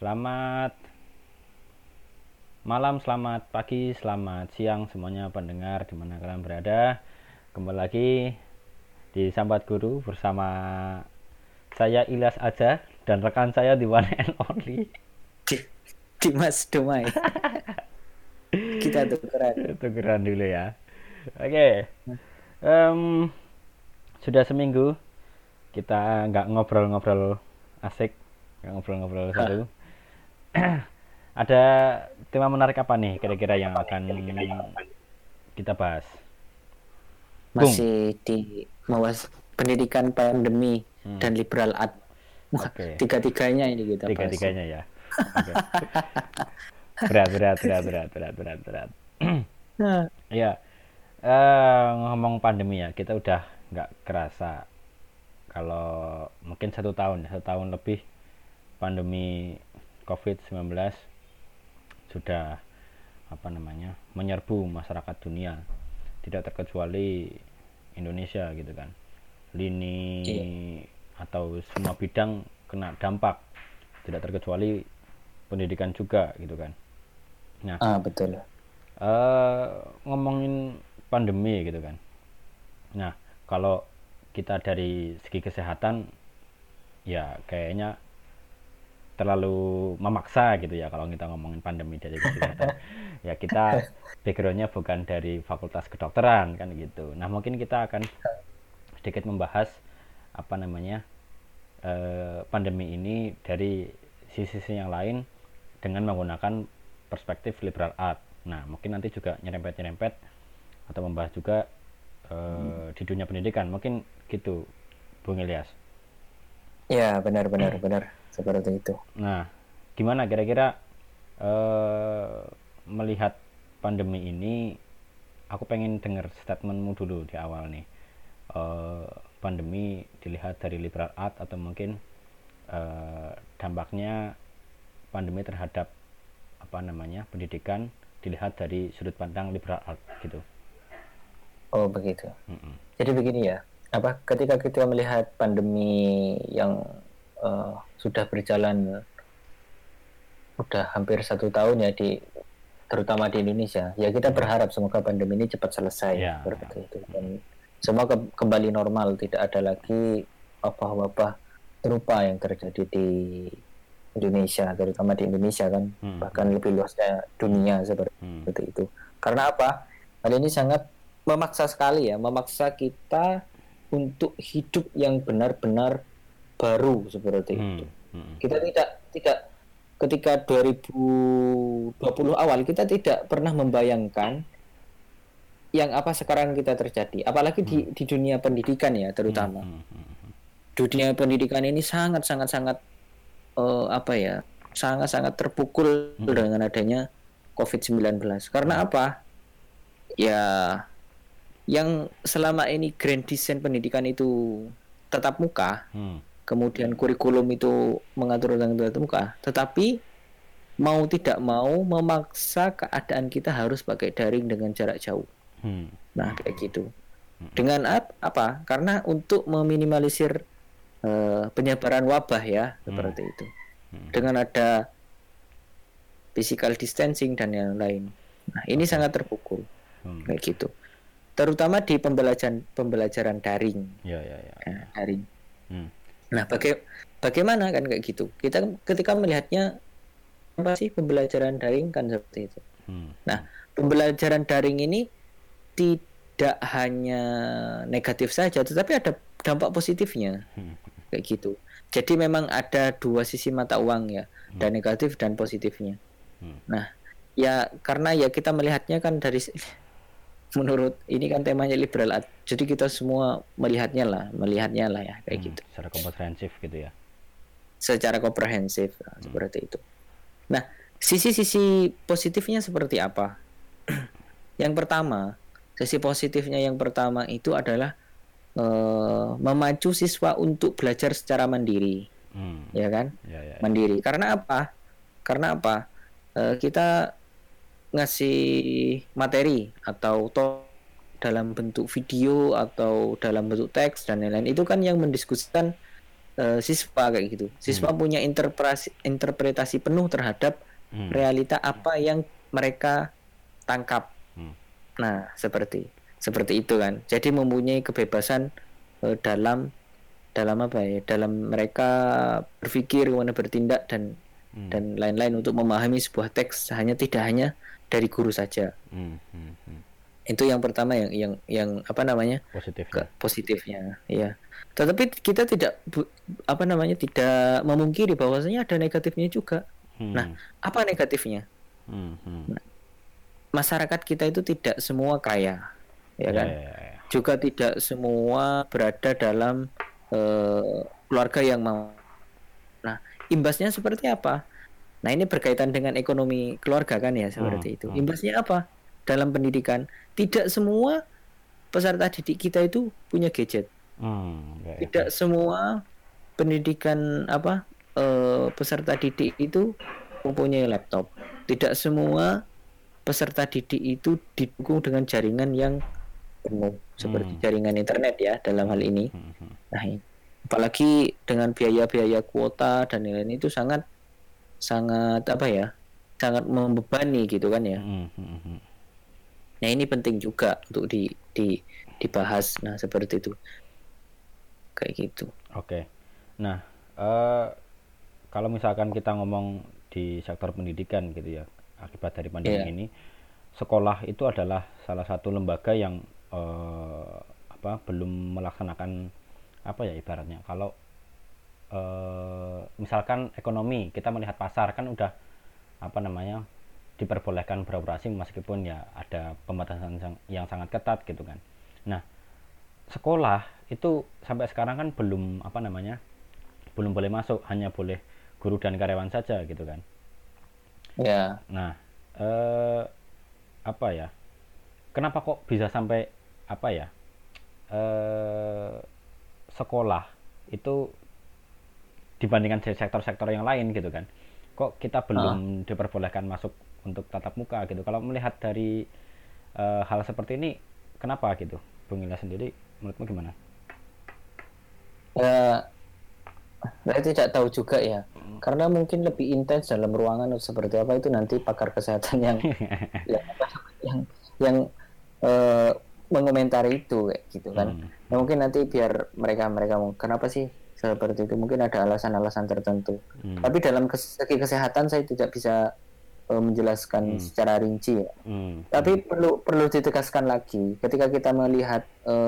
Selamat malam, selamat pagi, selamat siang semuanya pendengar di mana kalian berada. Kembali lagi di Sambat Guru bersama saya Ilyas Aja dan rekan saya di One and Only Dimas Domai. Kita tukeran. Tukeran dulu ya. Oke, em, sudah seminggu kita nggak ngobrol-ngobrol asik, nggak ngobrol-ngobrol seru. Ada tema menarik apa nih kira-kira yang akan kita bahas? Bung. Masih di mawas pendidikan pandemi dan liberal art. Wah, Oke. tiga-tiganya ini kita bahas. Tiga-tiganya ya. Oke. Berat. Nah, Ya, ngomong pandemi ya, kita udah nggak kerasa kalau mungkin 1 tahun lebih pandemi COVID-19 sudah menyerbu masyarakat dunia, tidak terkecuali Indonesia gitu kan. Lini iya. atau semua bidang kena dampak, tidak terkecuali pendidikan juga gitu kan. Nah, Betul. ngomongin pandemi gitu kan. Nah, kalau kita dari segi kesehatan ya kayaknya terlalu memaksa gitu ya kalau kita ngomongin pandemi dari kesehatan. Ya kita backgroundnya bukan dari fakultas kedokteran kan gitu. Nah mungkin kita akan sedikit membahas pandemi ini dari sisi yang lain dengan menggunakan perspektif liberal art. Nah mungkin nanti juga nyerempet atau membahas juga di dunia pendidikan mungkin gitu, Bung Ilyas. Ya, benar seperti itu. Nah, gimana kira-kira melihat pandemi ini? Aku pengen dengar statementmu dulu di awal nih. Pandemi dilihat dari liberal art atau mungkin dampaknya pandemi terhadap pendidikan dilihat dari sudut pandang liberal art gitu. Oh, begitu. Jadi begini ya. Ketika kita melihat pandemi yang sudah berjalan udah hampir 1 tahun ya terutama di Indonesia, ya kita berharap semoga pandemi ini cepat selesai Ya, seperti itu dan semua kembali normal, tidak ada lagi wabah-wabah serupa yang terjadi di Indonesia, terutama di Indonesia kan, bahkan lebih luasnya dunia seperti itu. Karena apa? Hal ini sangat memaksa sekali ya, memaksa kita untuk hidup yang benar-benar baru seperti itu. Kita tidak ketika 2020 awal kita tidak pernah membayangkan yang apa sekarang kita terjadi, apalagi di dunia pendidikan ya terutama. Dunia pendidikan ini sangat sangat terpukul dengan adanya COVID-19. Karena apa? Ya, yang selama ini grand design pendidikan itu tetap muka, kemudian kurikulum itu mengatur tentang tatap muka, tetapi mau tidak mau memaksa keadaan kita harus pakai daring dengan jarak jauh. Nah, kayak gitu. Dengan apa? Karena untuk meminimalisir penyebaran wabah ya, seperti itu. Dengan ada physical distancing dan yang lain. Nah, ini sangat terpukul. Kayak gitu. Terutama di pembelajaran daring. Ya. Daring. Nah, bagaimana kan kayak gitu? Kita ketika melihatnya apa sih pembelajaran daring kan seperti itu. Nah, pembelajaran daring ini tidak hanya negatif saja, tetapi ada dampak positifnya. Kayak gitu. Jadi memang ada dua sisi mata uang ya, ada negatif dan positifnya. Nah, ya karena ya kita melihatnya kan dari menurut ini kan temanya liberal art. Jadi kita semua melihatnya lah ya kayak gitu. Secara komprehensif gitu ya. Secara komprehensif seperti itu. Nah, sisi-sisi positifnya seperti apa? Yang pertama, sisi positifnya yang pertama itu adalah memacu siswa untuk belajar secara mandiri, ya kan? Ya. Mandiri. Karena apa? Kita ngasih materi atau dalam bentuk video atau dalam bentuk teks dan lain-lain itu kan yang mendiskusikan siswa kayak gitu. Siswa punya interpretasi penuh terhadap realita apa yang mereka tangkap. Nah, seperti itu kan. Jadi mempunyai kebebasan dalam apa ya? Dalam mereka berpikir, kemudian bertindak dan lain-lain untuk memahami sebuah teks tidak hanya dari guru saja. Itu yang pertama yang apa namanya? Positifnya. Iya. Tetapi kita tidak tidak memungkiri bahwasanya ada negatifnya juga. Nah, apa negatifnya? Nah, masyarakat kita itu tidak semua kaya, ya kan? Juga tidak semua berada dalam keluarga yang mau. Nah, imbasnya seperti apa? Nah, ini berkaitan dengan ekonomi keluarga kan ya, seperti itu. Imbasnya apa? Dalam pendidikan, tidak semua peserta didik kita itu punya gadget. Tidak semua pendidikan peserta didik itu mempunyai laptop. Tidak semua peserta didik itu didukung dengan jaringan yang penuh seperti jaringan internet ya dalam hal ini. Nah, apalagi dengan biaya-biaya kuota dan lain-lain itu sangat apa ya? Sangat membebani gitu kan ya. Nah, ini penting juga untuk dibahas. Nah, seperti itu. Kayak gitu. Oke. Nah, kalau misalkan kita ngomong di sektor pendidikan gitu ya, akibat dari pandemi ini, sekolah itu adalah salah satu lembaga yang belum melaksanakan ibaratnya kalau misalkan ekonomi, kita melihat pasar kan udah diperbolehkan beroperasi meskipun ya ada pembatasan yang sangat ketat gitu kan. Nah, sekolah itu sampai sekarang kan belum belum boleh masuk, hanya boleh guru dan karyawan saja gitu kan. Ya. Nah, kenapa kok bisa sampai sekolah itu dibandingkan sektor-sektor yang lain gitu kan, kok kita belum diperbolehkan masuk untuk tatap muka gitu? Kalau melihat dari hal seperti ini, kenapa gitu? Bung Ilyas sendiri menurutmu gimana? Ya, saya tidak tahu juga ya, karena mungkin lebih intens dalam ruangan atau seperti apa itu nanti pakar kesehatan yang mengomentari itu kayak gitu kan. Ya, mungkin nanti biar mereka kenapa sih seperti itu, mungkin ada alasan-alasan tertentu. Tapi dalam segi kesehatan saya tidak bisa menjelaskan secara rinci ya. Tapi perlu ditegaskan lagi ketika kita melihat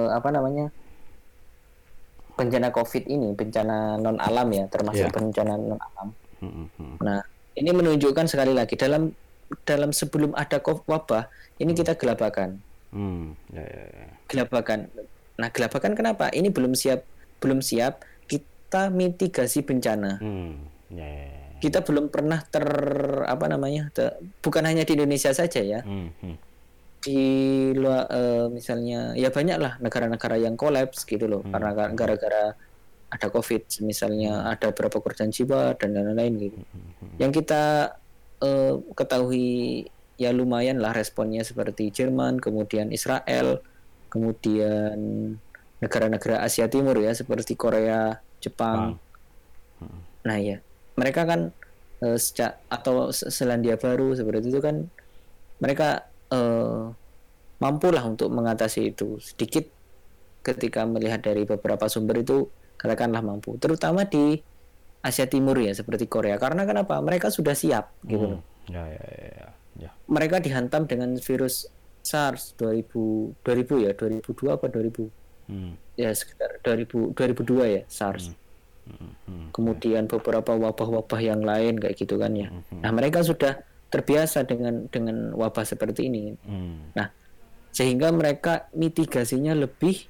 bencana COVID ini, bencana non alam ya, termasuk bencana non alam. Nah, ini menunjukkan sekali lagi dalam sebelum ada wabah ini kita gelabakan. Gelabakan. Nah, gelabakan kenapa? Ini belum siap kita mitigasi bencana. Kita belum pernah bukan hanya di Indonesia saja ya. Di luar misalnya ya banyaklah negara-negara yang kolaps gitu loh, karena gara-gara ada COVID, misalnya ada berapa korban jiwa dan lain-lain gitu. Yang kita ketahui ya lumayan lah responnya, seperti Jerman, kemudian Israel, kemudian negara-negara Asia Timur ya seperti Korea, Jepang. Nah ya, mereka kan Selandia Baru seperti itu kan, mereka mampulah untuk mengatasi itu sedikit ketika melihat dari beberapa sumber itu, katakanlah mampu, terutama di Asia Timur ya seperti Korea. Karena kenapa? Mereka sudah siap gitu loh. Mereka dihantam dengan virus SARS 2002 apa 2000 ya sekitar 2002 ya SARS. Kemudian beberapa wabah-wabah yang lain kayak gitu kan ya. Nah, mereka sudah terbiasa dengan wabah seperti ini. Nah, sehingga mereka mitigasinya lebih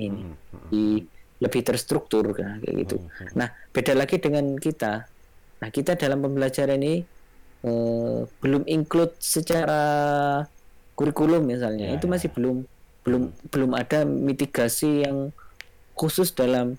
lebih terstruktur kayak gitu. Nah, beda lagi dengan kita. Nah, kita dalam pembelajaran ini belum include secara kurikulum misalnya. Itu masih belum ada mitigasi yang khusus dalam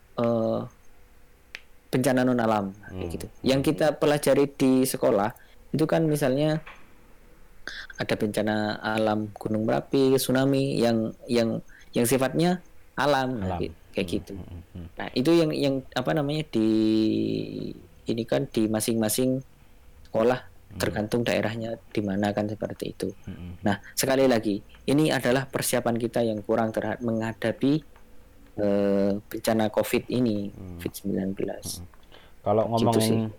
bencana non alam kayak gitu. Yang kita pelajari di sekolah itu kan misalnya ada bencana alam, gunung berapi, tsunami yang sifatnya alam. kayak gitu. Nah itu yang apa namanya di ini kan di masing-masing sekolah tergantung daerahnya di mana kan seperti itu. Nah sekali lagi ini adalah persiapan kita yang kurang terhadap menghadapi bencana COVID ini, COVID-19. Kalau Gitu sih. ngomongin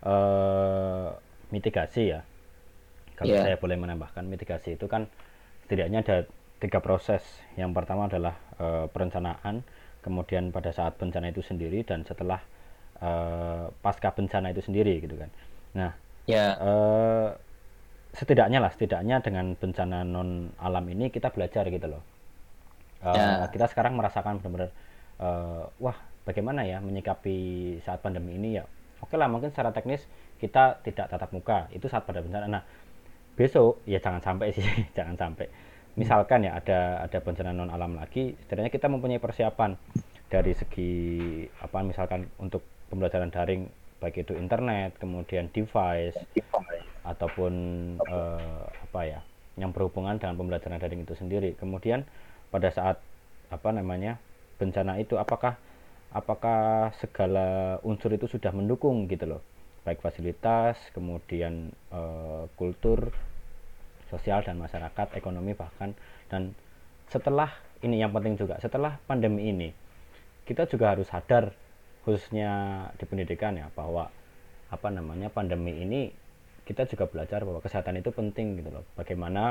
mitigasi ya, kalau Ya, saya boleh menambahkan, mitigasi itu kan setidaknya ada 3 proses. Yang pertama adalah perencanaan, kemudian pada saat bencana itu sendiri, dan setelah pasca bencana itu sendiri gitu kan. Nah, ya, eh, setidaknya dengan bencana non alam ini kita belajar gitu loh. ya, Kita sekarang merasakan benar-benar wah, bagaimana ya menyikapi saat pandemi ini ya. Oke lah, mungkin secara teknis kita tidak tatap muka itu saat pada bencana. Nah, besok ya jangan sampai sih jangan sampai misalkan ya ada bencana non alam lagi, setidaknya kita mempunyai persiapan dari segi apa, misalkan untuk pembelajaran daring, baik itu internet, kemudian device, ataupun apa ya, yang berhubungan dengan pembelajaran daring itu sendiri. Kemudian pada saat apa namanya bencana itu, apakah segala unsur itu sudah mendukung gitu loh, baik fasilitas, kemudian kultur, sosial dan masyarakat, ekonomi bahkan. Dan setelah ini yang penting juga, setelah pandemi ini kita juga harus sadar, khususnya di pendidikan ya, bahwa apa namanya pandemi ini kita juga belajar bahwa kesehatan itu penting gitu loh. Bagaimana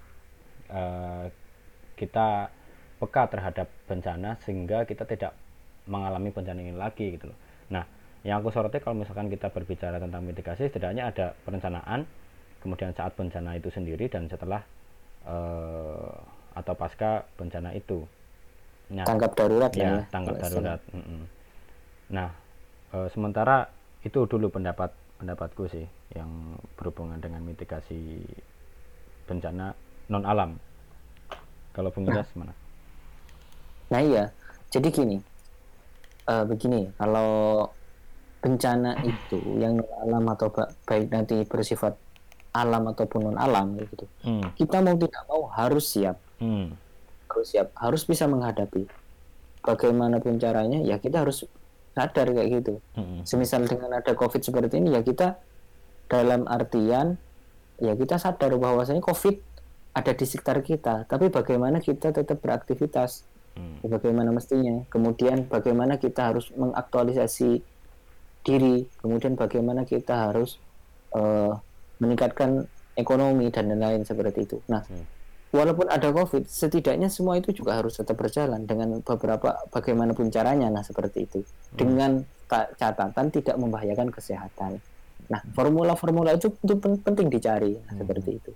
eh, kita peka terhadap bencana sehingga kita tidak mengalami bencana ini lagi gitu loh. Nah, yang aku soroti kalau misalkan kita berbicara tentang mitigasi, setidaknya ada perencanaan, kemudian saat bencana itu sendiri, dan setelah eh, atau pasca bencana itu. Nah, tanggap darurat lah ya ya. tanggap Kalau istilah. darurat. Nah, sementara itu dulu pendapatku sih yang berhubungan dengan mitigasi bencana non alam. Kalau Bung Nah, Iras mana? nah iya. Jadi gini, begini, kalau bencana itu yang non alam atau baik nanti bersifat alam ataupun non alam gitu, Hmm. kita mau tidak mau Hmm. harus bisa menghadapi. Bagaimanapun caranya, ya kita harus sadar kayak gitu. Semisal dengan ada COVID seperti ini, ya kita dalam artian ya kita sadar bahwasanya COVID ada di sekitar kita, tapi bagaimana kita tetap beraktivitas, bagaimana mestinya. Kemudian bagaimana kita harus mengaktualisasi diri, kemudian bagaimana kita harus uh, meningkatkan ekonomi dan lain-lain seperti itu. Nah, walaupun ada COVID, setidaknya semua itu juga harus tetap berjalan dengan beberapa bagaimanapun caranya. Nah, seperti itu. Dengan catatan tidak membahayakan kesehatan. Nah, formula-formula itu penting dicari. Nah, seperti itu.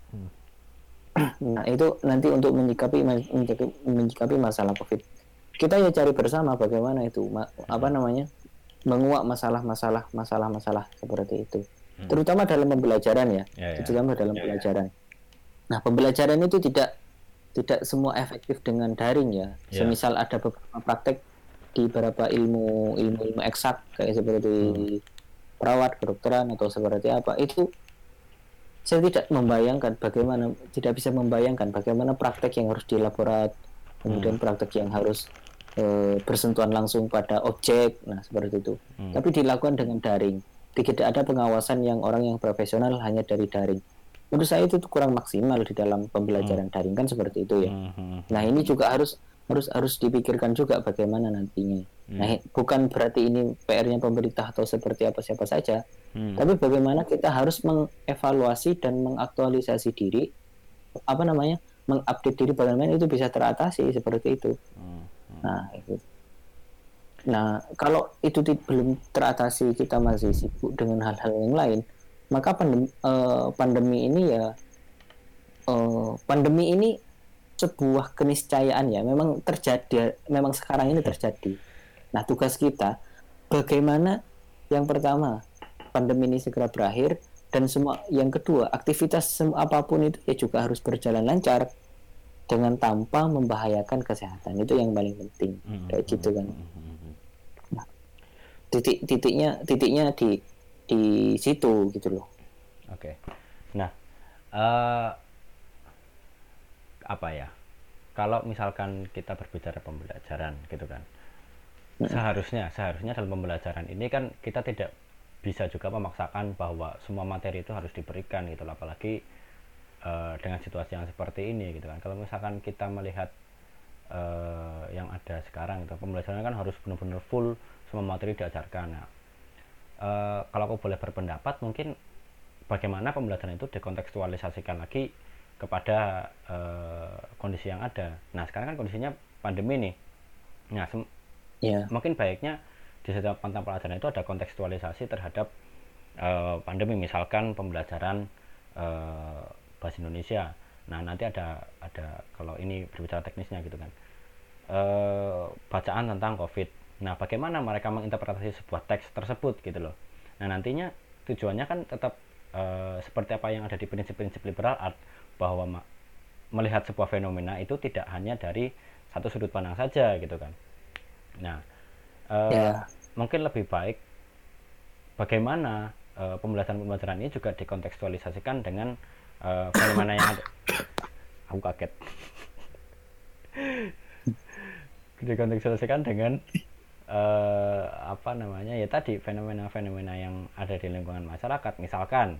Nah, itu nanti untuk menyikapi masalah COVID. Kita ya cari bersama bagaimana itu apa namanya? Menguak masalah-masalah seperti itu. Terutama dalam pembelajaran ya. Ya, ya. Terutama dalam pelajaran. Nah, pembelajaran itu tidak semua efektif dengan daring ya. Ya. Semisal ada beberapa praktek di beberapa ilmu eksak kayak seperti perawat, kedokteran atau seperti apa, itu saya tidak bisa membayangkan bagaimana praktek yang harus di laborat, kemudian praktek yang harus bersentuhan langsung pada objek, nah seperti itu. Tapi dilakukan dengan daring, tidak ada pengawasan yang orang yang profesional hanya dari daring. Menurut saya itu kurang maksimal di dalam pembelajaran daring kan seperti itu ya. Nah ini juga harus dipikirkan juga bagaimana nantinya. Nah bukan berarti ini PR-nya pemerintah atau seperti apa siapa saja, tapi bagaimana kita harus mengevaluasi dan mengaktualisasi diri, apa namanya, mengupdate diri bagaimana itu bisa teratasi seperti itu. Nah itu. Nah kalau itu belum teratasi, kita masih sibuk dengan hal-hal yang lain, maka pandemi ini ya pandemi ini sebuah keniscayaan ya, memang terjadi, memang sekarang ini terjadi. Nah tugas kita bagaimana, yang pertama pandemi ini segera berakhir, dan semua yang kedua aktivitas apapun itu ya juga harus berjalan lancar dengan tanpa membahayakan kesehatan, itu yang paling penting kayak gitu kan. Nah, titiknya di situ gitu loh. Oke. Nah, apa ya? kalau misalkan kita berbicara pembelajaran gitu kan, seharusnya dalam pembelajaran ini kan kita tidak bisa juga memaksakan bahwa semua materi itu harus diberikan gitu, apalagi dengan situasi yang seperti ini gitu kan. Kalau misalkan kita melihat yang ada sekarang itu pembelajaran kan harus benar-benar full semua materi diajarkan. Nah, kalau aku boleh berpendapat, mungkin bagaimana pembelajaran itu dikontekstualisasikan lagi kepada kondisi yang ada. Nah, sekarang kan kondisinya pandemi nih. Nah, mungkin baiknya di setiap mata pelajaran itu ada kontekstualisasi terhadap pandemi, misalkan pembelajaran bahasa Indonesia. Nah, nanti ada kalau ini berbicara teknisnya gitu kan, bacaan tentang COVID. Nah, bagaimana mereka menginterpretasi sebuah teks tersebut gitu loh. Nah, nantinya tujuannya kan tetap seperti apa yang ada di prinsip-prinsip liberal art, bahwa melihat sebuah fenomena itu tidak hanya dari satu sudut pandang saja gitu kan. Nah, mungkin lebih baik bagaimana pembelajaran ini juga dikontekstualisasikan dengan fenomena yang ada. Aku kaget. Dikontekstualisasikan dengan apa namanya ya tadi, fenomena-fenomena yang ada di lingkungan masyarakat. Misalkan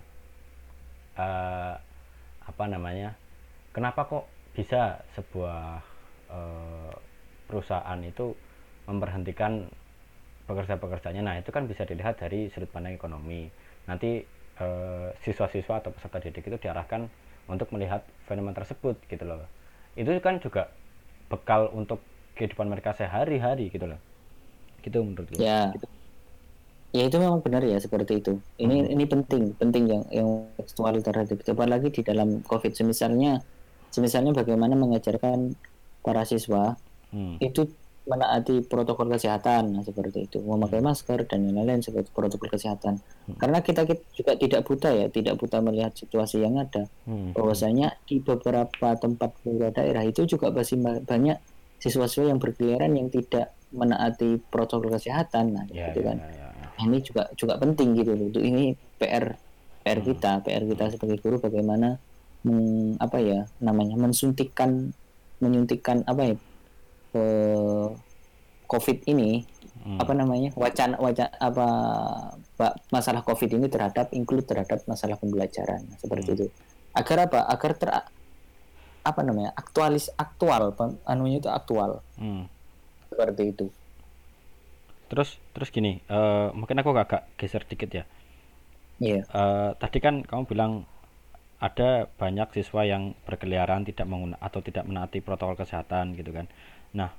apa namanya, kenapa kok bisa sebuah perusahaan itu memberhentikan pekerja-pekerjanya. Nah, itu kan bisa dilihat dari sudut pandang ekonomi. Nanti siswa-siswa atau peserta didik itu diarahkan untuk melihat fenomena tersebut gitu loh. Itu kan juga bekal untuk kehidupan mereka sehari-hari gitu loh. Gitu menurut gue. Ya. Ya itu memang benar ya seperti itu. Ini penting yang tekstual terhadap itu, apalagi di dalam COVID. Semisalnya bagaimana mengajarkan para siswa itu menaati protokol kesehatan, nah, seperti itu, memakai masker dan lain-lain seperti protokol kesehatan. Karena kita juga tidak buta melihat situasi yang ada, bahwasanya di beberapa tempat daerah itu juga masih banyak siswa-siswa yang berkeliaran yang tidak menaati protokol kesehatan. Nah, gitu kan. Ini juga penting gitu loh. Untuk ini PR kita sebagai guru, bagaimana menyuntikkan COVID ini, wacana masalah COVID ini terhadap masalah pembelajaran seperti itu, agar aktual seperti itu. Terus gini, mungkin aku agak geser dikit ya. Tadi kan kamu bilang ada banyak siswa yang berkeliaran tidak menaati protokol kesehatan gitu kan. Nah,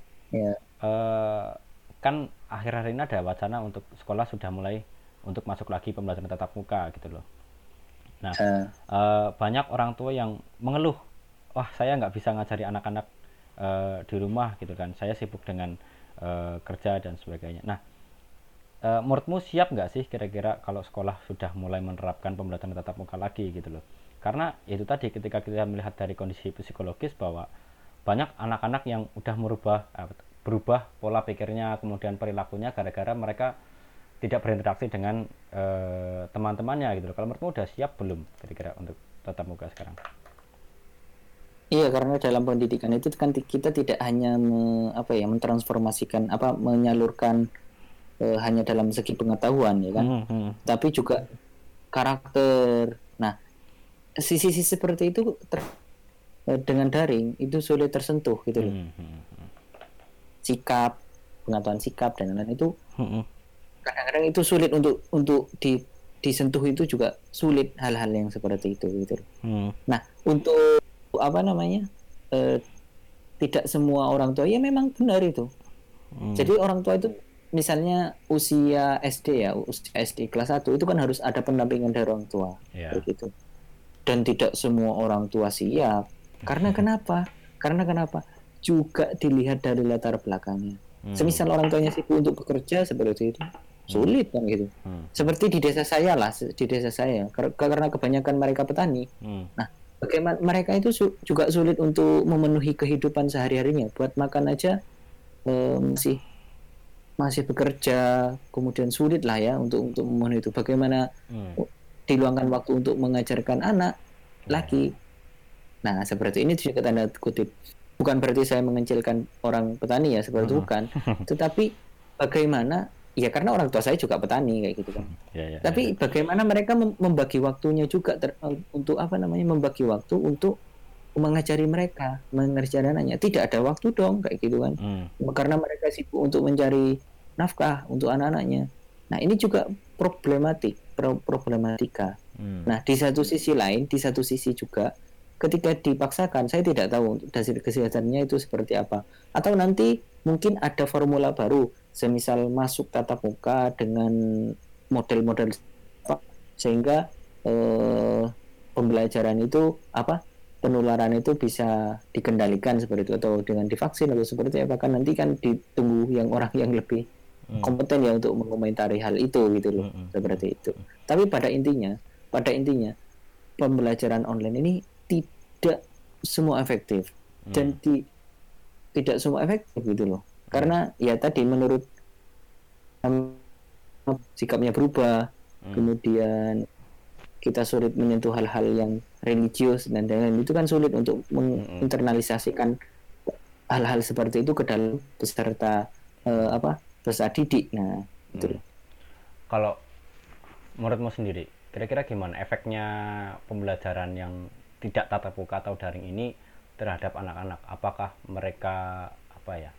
kan akhir-akhir ini ada wacana untuk sekolah sudah mulai untuk masuk lagi pembelajaran tatap muka gitu loh. Nah, banyak orang tua yang mengeluh, wah saya nggak bisa ngajari anak-anak di rumah gitu kan, saya sibuk dengan kerja dan sebagainya. Nah, menurutmu siap nggak sih kira-kira kalau sekolah sudah mulai menerapkan pembelajaran tatap muka lagi gitu loh? Karena itu tadi, ketika kita melihat dari kondisi psikologis bahwa banyak anak-anak yang udah berubah pola pikirnya, kemudian perilakunya gara-gara mereka tidak berinteraksi dengan teman-temannya gitu loh. Kalau menurutmu udah siap belum kira-kira untuk tatap muka sekarang? Iya, karena dalam pendidikan itu kan kita tidak hanya mentransformasikan menyalurkan hanya dalam segi pengetahuan ya kan, tapi juga karakter. Nah, sisi-sisi seperti itu dengan daring itu sulit tersentuh gitu loh. Sikap, pengetahuan sikap dan lain-lain itu kadang-kadang itu sulit untuk disentuh, itu juga sulit hal-hal yang seperti itu gitu. Nah, untuk tidak semua orang tua, ya memang benar itu. Jadi orang tua itu misalnya usia SD kelas 1 itu kan harus ada pendampingan dari orang tua, begitu. Dan tidak semua orang tua siap. Karena kenapa? Juga dilihat dari latar belakangnya. Semisal orang tuanya sibuk untuk bekerja seperti itu, sulit kan gitu. Seperti di desa saya, karena kebanyakan mereka petani. Nah, bagaimana mereka itu juga sulit untuk memenuhi kehidupan sehari-harinya. Buat makan aja masih bekerja, kemudian sulit lah ya untuk memenuhi itu. Bagaimana diluangkan waktu untuk mengajarkan anak lagi. Nah, seperti ini juga tanda kutip bukan berarti saya mengecilkan orang petani ya, seperti itu bukan. Tetapi bagaimana, ya karena orang tua saya juga petani kayak gitu kan. Ya, ya, Tapi ya. bagaimana mereka membagi waktunya juga untuk apa namanya, membagi waktu untuk mengajari mereka, mengerjakan anaknya. Tidak ada waktu dong kayak gitu kan. Karena mereka sibuk untuk mencari nafkah untuk anak-anaknya. Nah, ini juga problematika. Nah, di satu sisi lain, di satu sisi juga ketika dipaksakan, saya tidak tahu hasil kesehatannya itu seperti apa. Atau nanti mungkin ada formula baru, semisal masuk tatap muka dengan model-model apa, sehingga pembelajaran itu apa, penularan itu bisa dikendalikan seperti itu, atau dengan divaksin atau seperti apa, kan nanti kan ditunggu yang orang yang lebih kompeten ya untuk mengomentari hal itu gitu loh, seperti itu. Tapi pada intinya pembelajaran online ini tidak semua efektif dan tidak semua efektif gitu loh. Karena ya tadi menurut sikapnya berubah, kemudian kita sulit menyentuh hal-hal yang religius dan lain-lain, itu kan sulit untuk menginternalisasikan hal-hal seperti itu ke dalam peserta peserta didik. Nah, itu. Kalau menurutmu sendiri, kira-kira gimana efeknya pembelajaran yang tidak tatap muka atau daring ini terhadap anak-anak? Apakah mereka apa ya?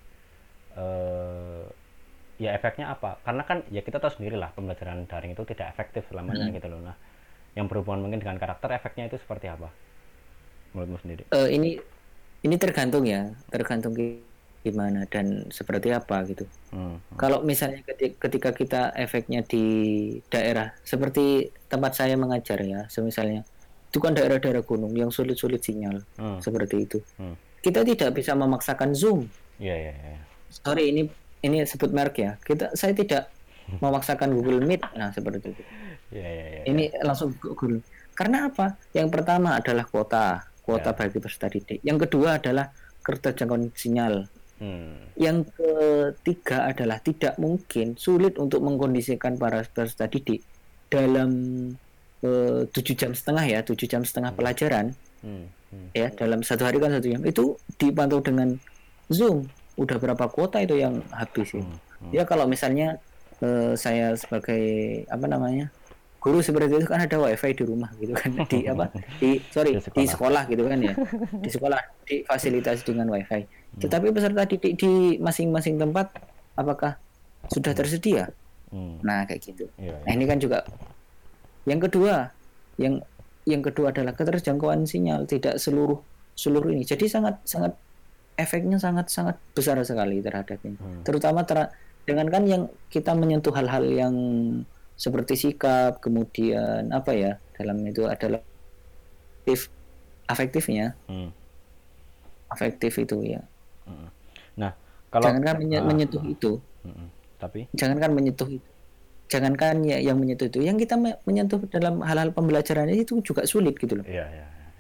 Ya efeknya apa? Karena kan ya kita tahu sendiri lah pembelajaran daring itu tidak efektif selamanya gitu loh. Nah, yang berhubungan mungkin dengan karakter, efeknya itu seperti apa menurutmu sendiri? Ini tergantung ya, tergantung gimana dan seperti apa gitu. Kalau misalnya ketika kita efeknya di daerah seperti tempat saya mengajar ya, semisalnya itu kan daerah-daerah gunung yang sulit-sulit sinyal, seperti itu. Kita tidak bisa memaksakan Zoom. Iya. Sorry, ini sebut merek ya. Saya tidak memaksakan Google Meet. Nah, seperti itu. Iya. Ini langsung Google. Karena apa? Yang pertama adalah kuota bagi peserta didik. Yang kedua adalah keterjangkauan sinyal. Yang ketiga adalah tidak mungkin, sulit untuk mengkondisikan para peserta didik dalam 7,5 jam ya, 7,5 jam pelajaran. Ya, dalam satu hari kan 1 jam. Itu dipantau dengan Zoom. Udah berapa kuota itu yang habis ini. Ya kalau misalnya saya sebagai apa namanya, guru seperti itu kan ada wifi di rumah gitu kan, di sekolah gitu kan ya, di sekolah difasilitasi dengan wifi. Tetapi peserta didik di masing-masing tempat apakah sudah tersedia? Nah kayak gitu. Nah ini kan juga yang kedua, yang kedua adalah keterjangkauan sinyal, tidak seluruh ini. Jadi sangat efeknya sangat besar sekali terhadap ini. Terutama dengan kan yang kita menyentuh hal-hal yang seperti sikap, kemudian apa ya, dalam itu adalah afektifnya. Afektif itu ya. Nah, kalau jangankan menyentuh itu. Tapi jangankan menyentuh itu. Jangankan ya yang menyentuh itu, yang kita menyentuh dalam hal-hal pembelajaran itu juga sulit gitu loh. Iya.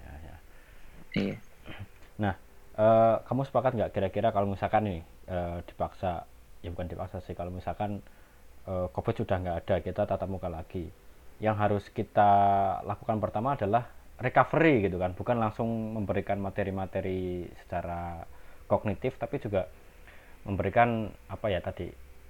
Nah, kamu sepakat nggak kira-kira kalau misalkan nih dipaksa, ya bukan dipaksa sih, kalau misalkan COVID sudah nggak ada, kita tatap muka lagi, yang harus kita lakukan pertama adalah recovery gitu kan, bukan langsung memberikan materi-materi secara kognitif, tapi juga memberikan apa ya tadi,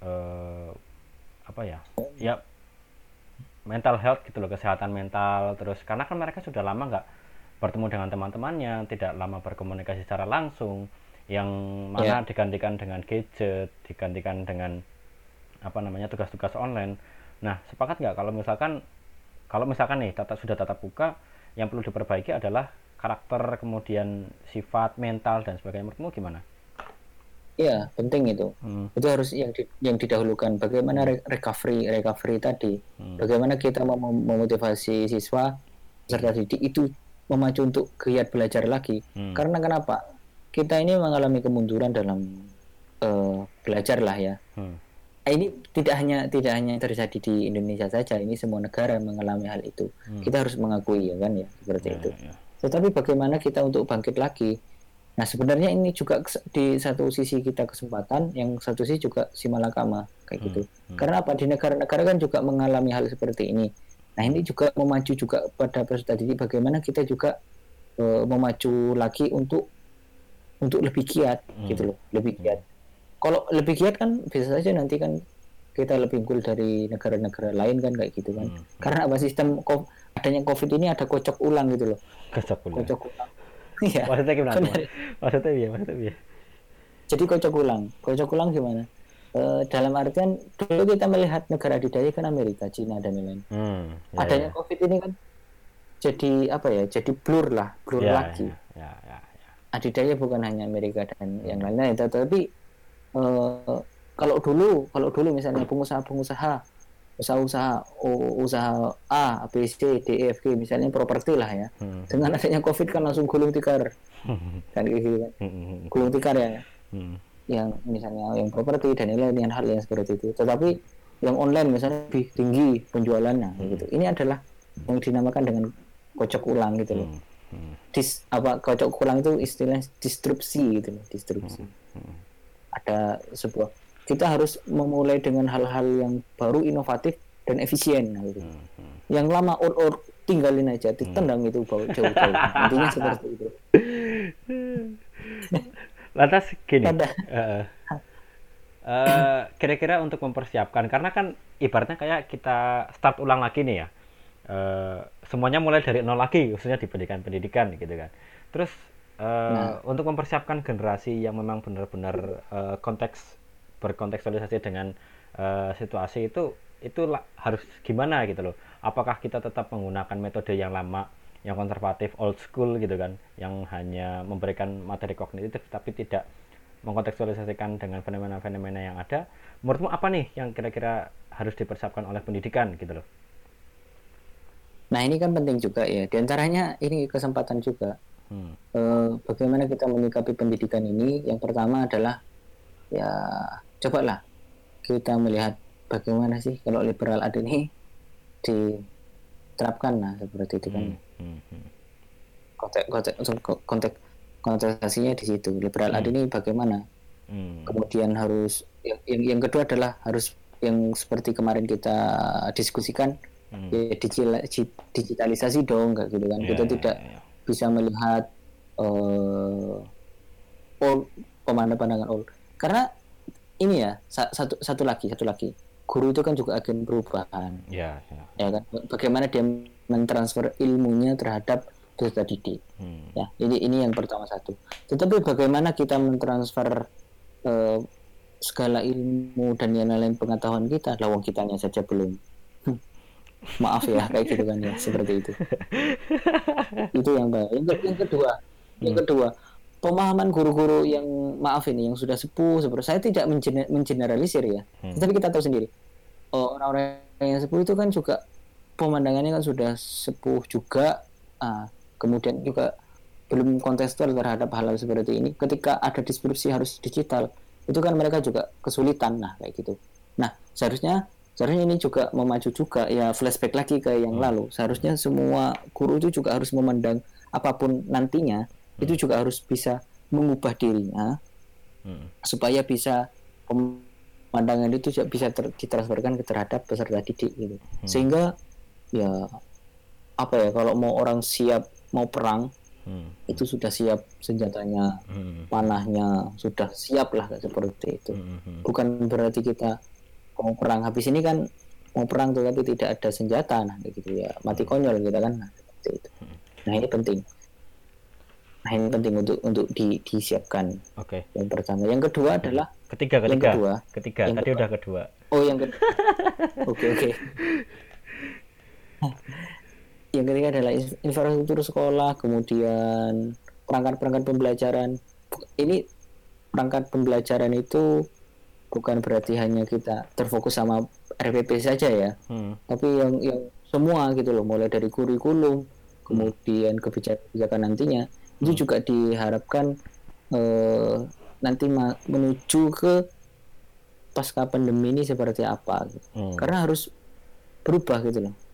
ya mental health gitu loh, kesehatan mental. Terus karena kan mereka sudah lama nggak bertemu dengan teman-temannya, tidak lama berkomunikasi secara langsung, yang mana digantikan dengan gadget, digantikan dengan tugas-tugas online. Nah, sepakat nggak kalau misalkan nih sudah tatap muka, yang perlu diperbaiki adalah karakter, kemudian sifat, mental dan sebagainya. Menurutmu gimana? Iya, penting itu. Itu harus yang didahulukan. Bagaimana recovery tadi? Bagaimana kita memotivasi siswa peserta didik itu memacu untuk giat belajar lagi? Karena kenapa? Kita ini mengalami kemunduran dalam belajar lah ya. Ini tidak hanya terjadi di Indonesia saja, ini semua negara mengalami hal itu. Kita harus mengakui ya kan ya, seperti itu. Tetapi bagaimana kita untuk bangkit lagi? Nah sebenarnya ini juga di satu sisi kita kesempatan, yang satu sisi juga si malakama kayak gitu. Karena apa, di negara-negara kan juga mengalami hal seperti ini. Nah ini juga memacu juga pada peserta didik, bagaimana kita juga memacu lagi untuk untuk lebih giat gitu loh, lebih giat. Kalau lebih giat kan bisa saja nanti kan kita lebih unggul dari negara-negara lain kan kayak gitu kan. Karena apa adanya COVID ini ada kocok ulang gitu loh. Kocok ulang. Kocok ulang. Iya, Maksudnya gimana tuh, Mas? benar. Maksudnya. Jadi kocok ulang. Kocok ulang gimana? Dalam artian dulu kita melihat negara adidaya kan Amerika, Cina dan lain-lain. Adanya Ya. COVID ini kan jadi apa ya? Jadi blur lagi. Ya. Adidaya bukan hanya Amerika dan yang lain-lain, tetapi kalau dulu misalnya usaha A, B, C, D, E, F, G misalnya properti lah ya. Dengan adanya COVID kan langsung gulung tikar kan gitu kan. Gulung tikar ya. Yang misalnya yang properti dan lain-lain hal yang seperti itu. Tetapi yang online misalnya lebih tinggi penjualannya gitu. Ini adalah yang dinamakan dengan kocok ulang gitu loh. Kocok ulang itu istilahnya disrupsi gitu loh, disrupsi. Ada sebuah, kita harus memulai dengan hal-hal yang baru, inovatif dan efisien gitu. Yang lama tinggalin aja, ditendang itu jauh-jauh. Intinya seperti itu. Lantas gini, kira-kira untuk mempersiapkan, karena kan ibaratnya kayak kita start ulang lagi nih ya, semuanya mulai dari nol lagi, khususnya di pendidikan gitu kan. Terus untuk mempersiapkan generasi yang memang benar-benar berkontekstualisasi dengan situasi itu harus gimana gitu loh. Apakah kita tetap menggunakan metode yang lama, yang konservatif, old school gitu kan, yang hanya memberikan materi kognitif tapi tidak mengkontekstualisasikan dengan fenomena-fenomena yang ada? Menurutmu apa nih yang kira-kira harus dipersiapkan oleh pendidikan gitu loh? Nah ini kan penting juga ya, diantaranya ini kesempatan juga. Bagaimana kita menyikapi pendidikan ini? Yang pertama adalah ya cobalah kita melihat bagaimana sih kalau liberal art ini diterapkan, nah seperti itu kan. Kontestasinya di situ, liberal art ini bagaimana. Kemudian harus yang kedua adalah harus yang seperti kemarin kita diskusikan, ya digitalisasi dong kayak gitu kan. Kita tidak bisa melihat pandangan old, karena ini ya satu lagi guru itu kan juga agen perubahan ya kan, bagaimana dia mentransfer ilmunya terhadap peserta didik. Ya ini yang pertama satu, tetapi bagaimana kita mentransfer segala ilmu dan yang lain pengetahuan kita, lawang kitanya saja belum maaf ya kayak gitu kan ya, seperti itu. Itu yang baik. Yang kedua pemahaman guru-guru yang maaf ini yang sudah sepuh, saya tidak mengeneralisir ya, tapi kita tahu sendiri orang-orang yang sepuh itu kan juga pemandangannya kan sudah sepuh juga, kemudian juga belum kontekstual terhadap hal-hal seperti ini. Ketika ada disrupsi harus digital, itu kan mereka juga kesulitan, nah kayak gitu. Nah seharusnya ini juga memacu juga ya, flashback lagi ke yang lalu. Seharusnya semua guru itu juga harus memandang apapun nantinya itu juga harus bisa mengubah dirinya supaya bisa pemandangan itu bisa ditransferkan ke terhadap peserta didik gitu. Sehingga ya apa ya, kalau mau orang siap mau perang itu sudah siap senjatanya, panahnya sudah siap lah seperti itu. Bukan berarti kita mau perang habis ini kan mau perang tetapi tidak ada senjata, nah gitu ya, mati konyol gitu kan, nah seperti itu. Nah ini penting. Nah ini penting untuk disiapkan. Oke. Yang pertama, yang kedua adalah ketiga. Tadi udah kedua. Oh yang kedua. Oke. Yang ketiga adalah infrastruktur sekolah, kemudian perangkat pembelajaran. Ini perangkat pembelajaran itu bukan berarti hanya kita terfokus sama RPP saja ya, tapi yang semua gitu loh, mulai dari kurikulum, kemudian kebijakan nantinya itu juga diharapkan nanti menuju ke pasca pandemi ini seperti apa gitu. Karena harus berubah gitu loh,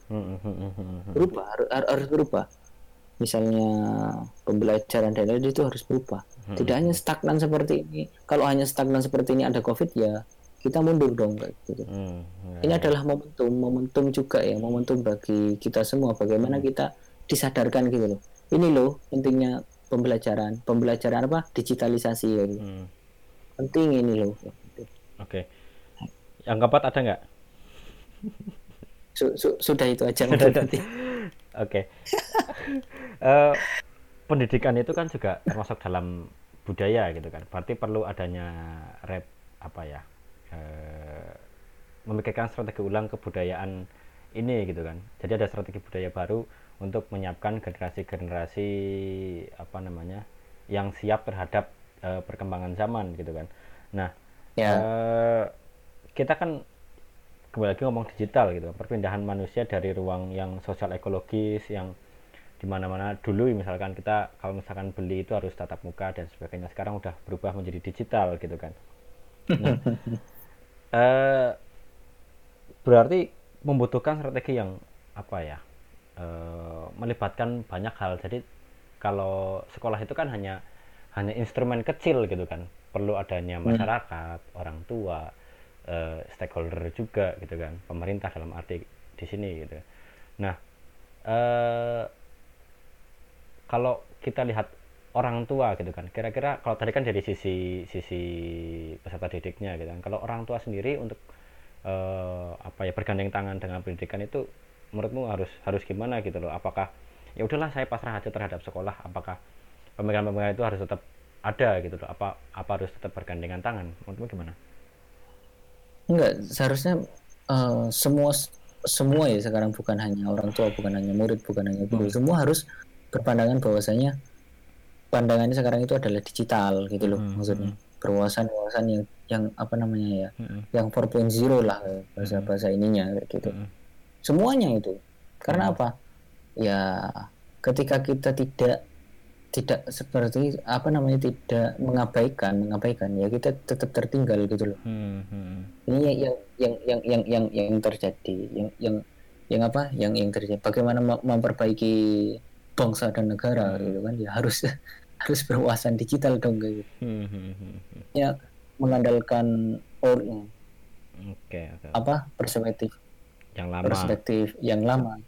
harus berubah. Misalnya pembelajaran dan lain itu harus berubah. Tidak hanya stagnan seperti ini. Kalau hanya stagnan seperti ini ada COVID ya kita mundur dong kayak gitu. Ini adalah momentum juga ya, momentum bagi kita semua. Bagaimana kita disadarkan gitu loh. Ini loh pentingnya pembelajaran apa digitalisasi ya. Penting ini loh. Oke. Yang keempat ada nggak? Sudah itu aja. Oke. Eh, pendidikan itu kan juga termasuk dalam budaya gitu kan. Berarti perlu adanya memikirkan strategi ulang kebudayaan ini gitu kan. Jadi ada strategi budaya baru untuk menyiapkan generasi-generasi yang siap terhadap perkembangan zaman gitu kan. Nah, Ya. kita kan kembali lagi ngomong digital gitu, perpindahan manusia dari ruang yang sosial ekologis yang dimana-mana dulu misalkan kita kalau misalkan beli itu harus tatap muka dan sebagainya, sekarang udah berubah menjadi digital gitu kan. Nah, berarti membutuhkan strategi yang melibatkan banyak hal. Jadi kalau sekolah itu kan hanya instrumen kecil gitu kan, perlu adanya masyarakat, orang tua, stakeholder juga gitu kan, pemerintah dalam arti di sini gitu. Nah, kalau kita lihat orang tua gitu kan, kira-kira kalau tadi kan dari sisi peserta didiknya gitu kan, kalau orang tua sendiri untuk bergandeng tangan dengan pendidikan itu menurutmu harus gimana gitu loh? Apakah ya udahlah saya pasrah aja terhadap sekolah, apakah pemikiran-pemikiran itu harus tetap ada gitu loh, apa harus tetap bergandengan tangan, menurutmu gimana? Enggak, seharusnya semua ya sekarang, bukan hanya orang tua, bukan hanya murid, bukan hanya guru, semua harus berpandangan bahwasanya pandangannya sekarang itu adalah digital gitu loh, maksudnya berwawasan yang apa namanya ya, yang 4.0 lah bahasa ininya gitu. Semuanya itu. Karena apa? Ya ketika kita tidak seperti apa namanya, tidak mengabaikan ya kita tetap tertinggal gitu loh. Ini yang terjadi, yang apa yang terjadi, bagaimana memperbaiki bangsa dan negara gitu kan, ya harus harus berwawasan digital dong gitu. Ya mengandalkan apa perspektif yang lama.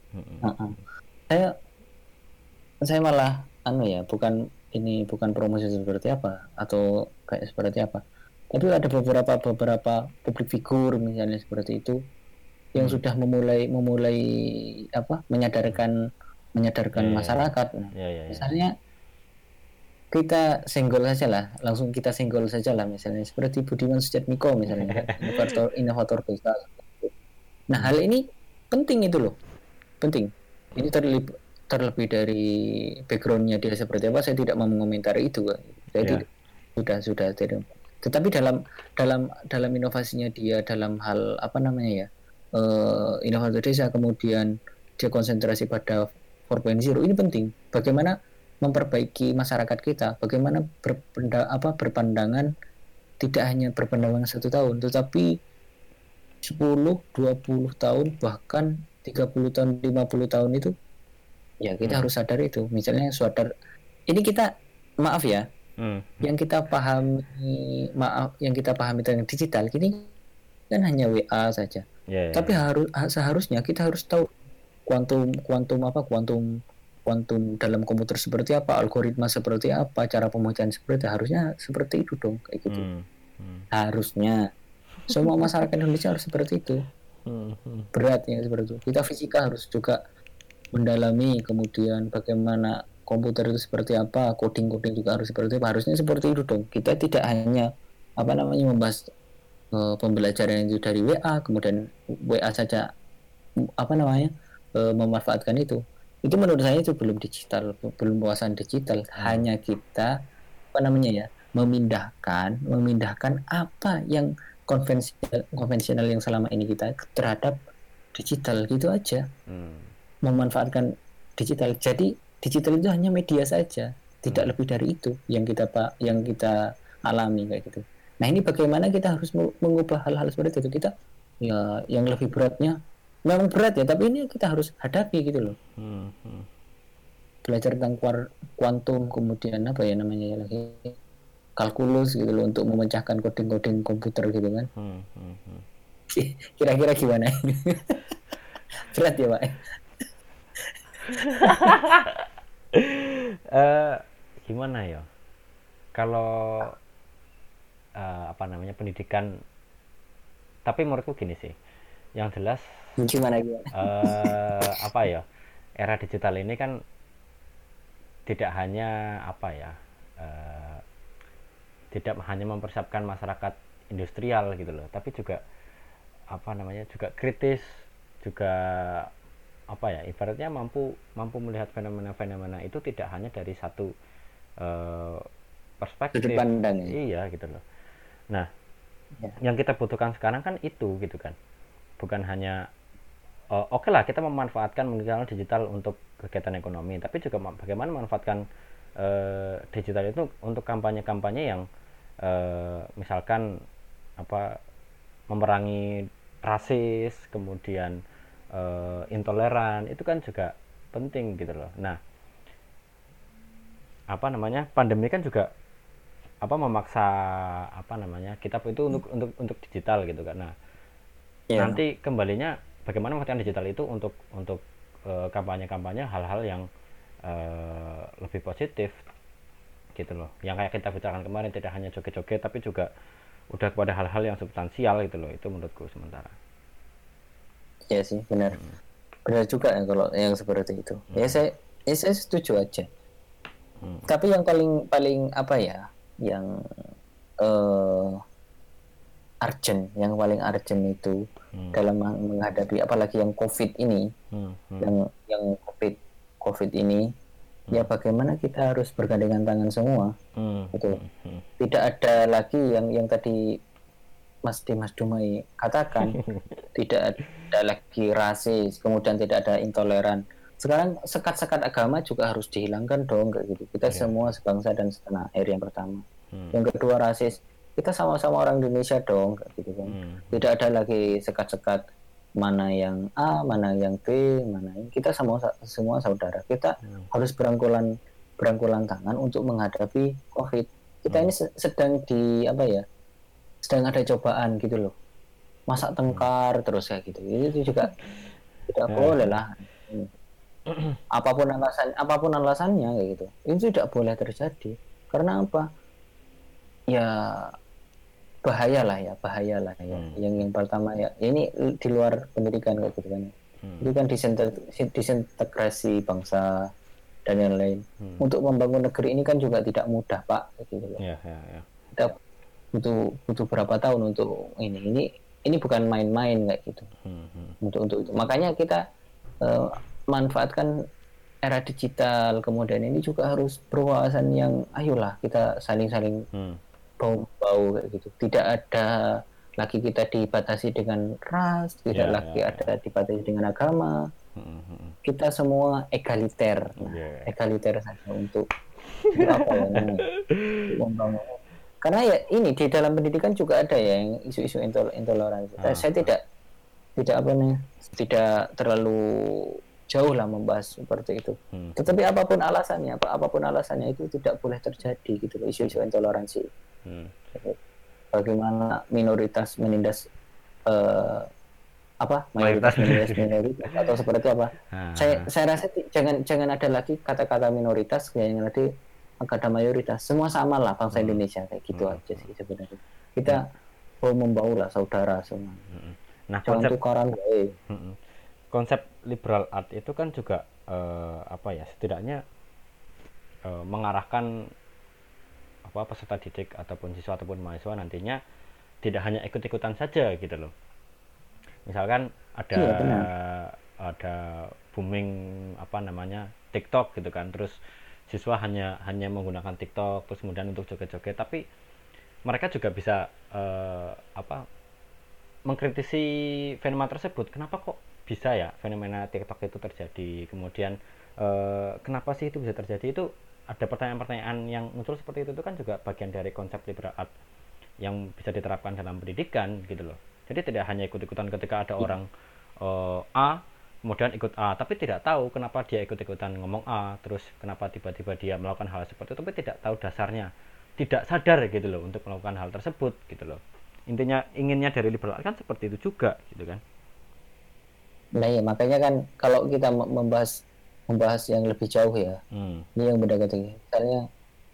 Saya malah bukan promosi seperti apa atau kayak seperti apa, tapi ada beberapa public figure misalnya seperti itu yang sudah memulai menyadarkan masyarakat. Misalnya kita senggol saja lah misalnya seperti Budiman Sujatmiko misalnya, inovator besar. Nah, hal ini penting itu loh, penting. Ini terlebih dari backgroundnya dia seperti apa, saya tidak mau mengomentari itu. Jadi sudah tidak. Tetapi dalam inovasinya dia dalam hal inovator desa, kemudian dia konsentrasi pada 4.0, ini penting. Bagaimana memperbaiki masyarakat kita, bagaimana berpandangan, tidak hanya berpandangan 1 tahun, tetapi 10, 20 tahun, bahkan 30 tahun, 50 tahun itu, ya kita harus sadar itu. Misalnya ini kita, maaf ya, yang kita pahami tentang digital, ini kan hanya WA saja. Tapi seharusnya kita harus tahu kuantum dalam komputer seperti apa, algoritma seperti apa, cara pemecahان seperti, harusnya seperti itu dong, kayak gitu. Harusnya semua masyarakat Indonesia harus seperti itu. Beratnya seperti itu. Kita fisika harus juga mendalami, kemudian bagaimana komputer itu seperti apa, coding juga harus seperti apa. Harusnya seperti itu dong. Kita tidak hanya membahas pembelajaran itu dari WA, kemudian WA saja memanfaatkan itu menurut saya itu belum digital, belum wawasan digital. Hanya kita memindahkan apa yang konvensional yang selama ini kita terhadap digital, gitu aja. Memanfaatkan digital. Jadi digital itu hanya media saja, tidak lebih dari itu yang kita alami kayak gitu. Nah, ini bagaimana kita harus mengubah hal-hal seperti itu. Kita ya yang lebih beratnya memang berat ya, tapi ini kita harus hadapi gitu loh. Belajar tentang kuantum, kemudian kalkulus gitu loh, untuk memecahkan coding komputer gitu kan. Kira-kira gimana? Berat ya, Pak? gimana ya? Kalau apa namanya pendidikan, tapi menurutku gini sih, yang jelas Gimana gimana? apa ya, era digital ini kan tidak hanya apa ya, eh, tidak hanya mempersiapkan masyarakat industrial gitu loh, tapi juga apa namanya juga kritis, juga apa ya ibaratnya mampu mampu melihat fenomena-fenomena itu tidak hanya dari satu eh, Sudut perspektif. pandang ya. Iya gitu loh. Nah, Ya. yang kita butuhkan sekarang kan itu gitu kan, bukan hanya oke lah kita memanfaatkan menggunakan digital untuk kegiatan ekonomi, tapi juga bagaimana memanfaatkan digital itu untuk kampanye-kampanye yang misalkan apa memerangi rasis, kemudian intoleran, itu kan juga penting gitu loh. Nah, apa namanya pandemi kan juga apa memaksa apa namanya kita itu untuk digital gitu kan. Nah, Ya. nanti kembalinya bagaimana memanfaatkan digital itu untuk kampanye-kampanye hal-hal yang lebih positif gitu loh. Yang kayak kita bicarakan kemarin tidak hanya joget-joget tapi juga udah kepada hal-hal yang substansial gitu loh. Itu menurutku sementara. Ya sih, benar. Benar juga ya kalau yang seperti itu. Ya saya setuju aja. Tapi yang paling paling apa ya, yang eh yang paling urgent itu dalam menghadapi apalagi yang COVID ini, Hmm, hmm, yang COVID ini, ya bagaimana kita harus bergandengan tangan semua, hmm, gitu. hmm, hmm. Tidak ada lagi yang tadi Mas Dimas Dumai katakan, tidak ada lagi rasis, kemudian tidak ada intoleran. Sekarang sekat-sekat agama juga harus dihilangkan dong, kayak gitu. Kita Ya, semua sebangsa dan setanah air yang pertama. hmm, Yang kedua rasis, kita sama-sama orang Indonesia dong, kayak gitu kan. hmm, Tidak ada lagi sekat-sekat mana yang A, mana yang B, mana yang kita semua saudara. Kita harus berangkulan tangan untuk menghadapi COVID. Kita ini sedang di apa ya? Sedang ada cobaan gitu loh. Masak tengkar terus kayak gitu. Itu juga tidak boleh lah. Apapun alasannya kayak gitu. Itu tidak boleh terjadi. Karena apa? Ya bahaya lah ya. Yang pertama ya, ini di luar pendidikan kayak gitu kan. Itu kan disintegrasi bangsa dan yang lain. Untuk membangun negeri ini kan juga tidak mudah, Pak, kayak gitu loh. ya, ya, ya. Kita butuh butuh berapa tahun untuk ini bukan main-main kayak gitu. Untuk itu. Makanya kita eh, manfaatkan era digital kemudian ini juga harus berwawasan yang ayolah kita saling-saling bau-bau kayak gitu. Tidak ada lagi kita dibatasi dengan ras, tidak Ya, lagi ya, ya. ada dibatasi dengan agama. Kita semua egaliter. Nah, Ya. egaliter saja untuk apa ya namanya? Untuk membangun. Karena ya ini di dalam pendidikan juga ada ya yang isu-isu intoleransi. Saya tidak apa nih, tidak terlalu jauh lah membahas seperti itu. Tetapi apapun alasannya itu tidak boleh terjadi gitu loh, isu-isu intoleransi. Bagaimana minoritas menindas eh, mayoritas menindas minoritas atau seperti apa? Saya rasa jangan ada lagi kata-kata minoritas, jangan lagi kata mayoritas. Semua sama lah bangsa Indonesia kayak gitu aja sih sebenarnya. Kita mau membau lah saudara semua. Nah, Jangan tukaran, konsep liberal art itu kan juga apa ya setidaknya mengarahkan apa peserta didik ataupun siswa ataupun mahasiswa nantinya tidak hanya ikut-ikutan saja gitu loh. Misalkan iya benar. ada booming apa namanya TikTok gitu kan, terus siswa hanya menggunakan TikTok terus kemudian untuk joget-joget, tapi mereka juga bisa apa mengkritisi fenomena tersebut. Kenapa kok bisa ya fenomena TikTok itu terjadi? Kemudian kenapa sih itu bisa terjadi? Itu ada pertanyaan-pertanyaan yang muncul seperti itu kan juga bagian dari konsep liberal art yang bisa diterapkan dalam pendidikan gitu loh. Jadi tidak hanya ikut-ikutan ketika ada orang A kemudian ikut A, tapi tidak tahu kenapa dia ikut-ikutan ngomong A, terus kenapa tiba-tiba dia melakukan hal seperti itu, tapi tidak tahu dasarnya, tidak sadar gitu loh untuk melakukan hal tersebut gitu loh. Intinya inginnya dari liberal kan seperti itu juga gitu kan. Nah ya makanya kan kalau kita membahas yang lebih jauh ya, ini yang beda gitu. Misalnya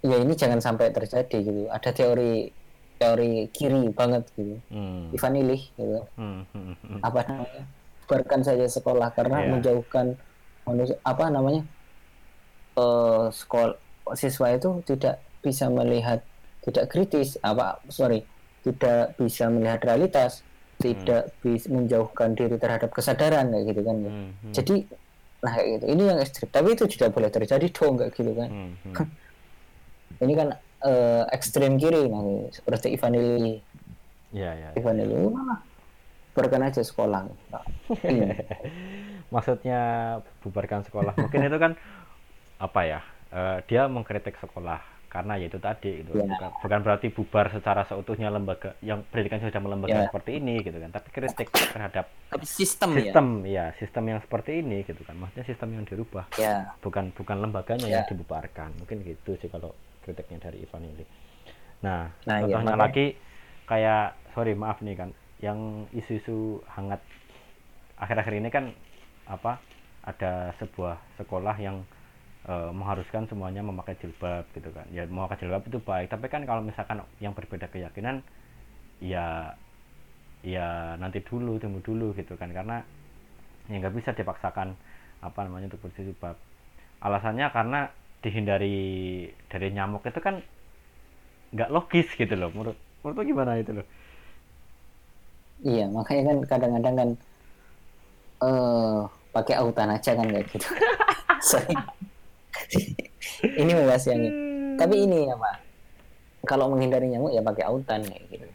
ya ini jangan sampai terjadi gitu. Ada teori teori kiri banget gitu. Hmm. Ivan Illich gitu. Hmm. Apa namanya? Bubarkan saja sekolah karena Ya. menjauhkan manusia, apa namanya? Sekolah siswa itu tidak bisa melihat, tidak kritis, apa sorry, tidak bisa melihat realitas, Hmm. tidak bisa menjauhkan diri terhadap kesadaran kayak gitu kan ya. Hmm. Jadi nah kayak gitu, ini yang ekstrim, tapi itu tidak boleh terjadi dong kayak gitu kan. Hmm. Ini kan ekstrem kiri nah seperti Ya, ya, ya, Ivan ya. Lili malah bubarkan aja sekolah. Nah, ini Maksudnya bubarkan sekolah. Mungkin itu kan apa ya? Dia mengkritik sekolah karena ya itu tadi gitu. ya Bukan berarti bubar secara seutuhnya lembaga yang pendidikan sudah melembaga ya seperti ini gitu kan. Tapi kritik terhadap tapi sistem ya sistem ya, sistem yang seperti ini gitu kan. Maksudnya sistem yang dirubah. ya Bukan bukan lembaganya yang ya. dibubarkan. Mungkin gitu sih kalau kritiknya dari Ivan ini. Nah, Nah ya contohnya makanya lagi kayak sorry maaf nih kan, yang isu-isu hangat akhir-akhir ini kan apa ada sebuah sekolah yang mengharuskan semuanya memakai jilbab gitu kan. Ya memakai jilbab itu baik, tapi kan kalau misalkan yang berbeda keyakinan ya ya nanti dulu tunggu dulu gitu kan, karena ya nggak bisa dipaksakan apa namanya untuk berjilbab. Alasannya karena dihindari dari nyamuk itu kan nggak logis gitu loh, menurut lo gimana itu loh. iya makanya kan kadang-kadang kan eh pakai autan aja kan kayak gitu. Sorry. Ini membahas yang ini. Tapi ini ya Pak, kalau menghindari nyamuk ya pakai autan kayak gitu.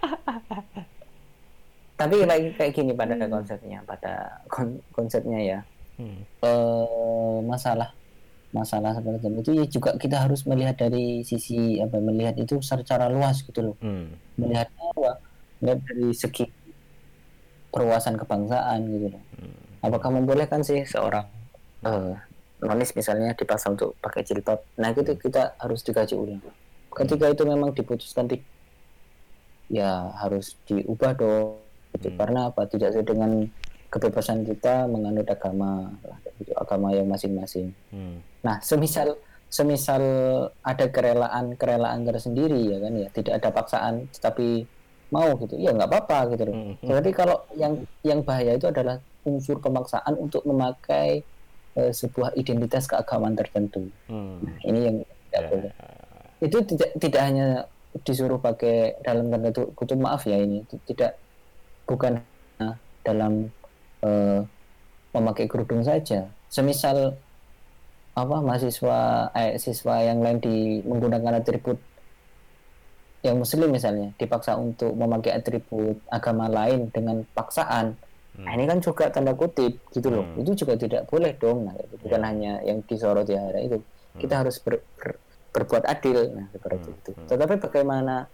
Tapi lagi kayak gini pada konsepnya, pada konsepnya ya. Hmm. Masalah masalah seperti itu ya juga kita harus melihat dari sisi apa, melihat itu secara luas gitu loh. Hmm. Melihat apa? Melihat dari segi perluasan kebangsaan gitu loh. Apakah membolehkan sih seorang eh, nonis misalnya dipaksa untuk pakai jilbab? Nah itu kita harus dikaji ulang. Ketika itu memang diputuskan ya harus diubah dong. Gitu. Karena apa? Tidak sesuai dengan kebebasan kita menganut agama, gitu, agama yang masing-masing. Hmm. Nah, semisal semisal ada kerelaan tersendiri ya kan ya, tidak ada paksaan tetapi mau gitu, ya nggak apa-apa gitu loh. Hmm. Jadi kalau yang bahaya itu adalah unsur pemaksaan untuk memakai sebuah identitas keagamaan tertentu. Nah, Hmm. ini yang tidak Ya. boleh. Itu tidak hanya disuruh pakai dalam tanda kutip maaf ya, ini tidak, bukan dalam eh, memakai kerudung saja. Semisal apa mahasiswa siswa yang lain menggunakan atribut yang muslim misalnya dipaksa untuk memakai atribut agama lain dengan paksaan, nah ini kan juga tanda kutip gitu loh, Hmm. itu juga tidak boleh dong. Nah itu bukan Ya. hanya yang disoroti hari itu, kita harus berbuat adil, nah seperti itu. Tetapi bagaimana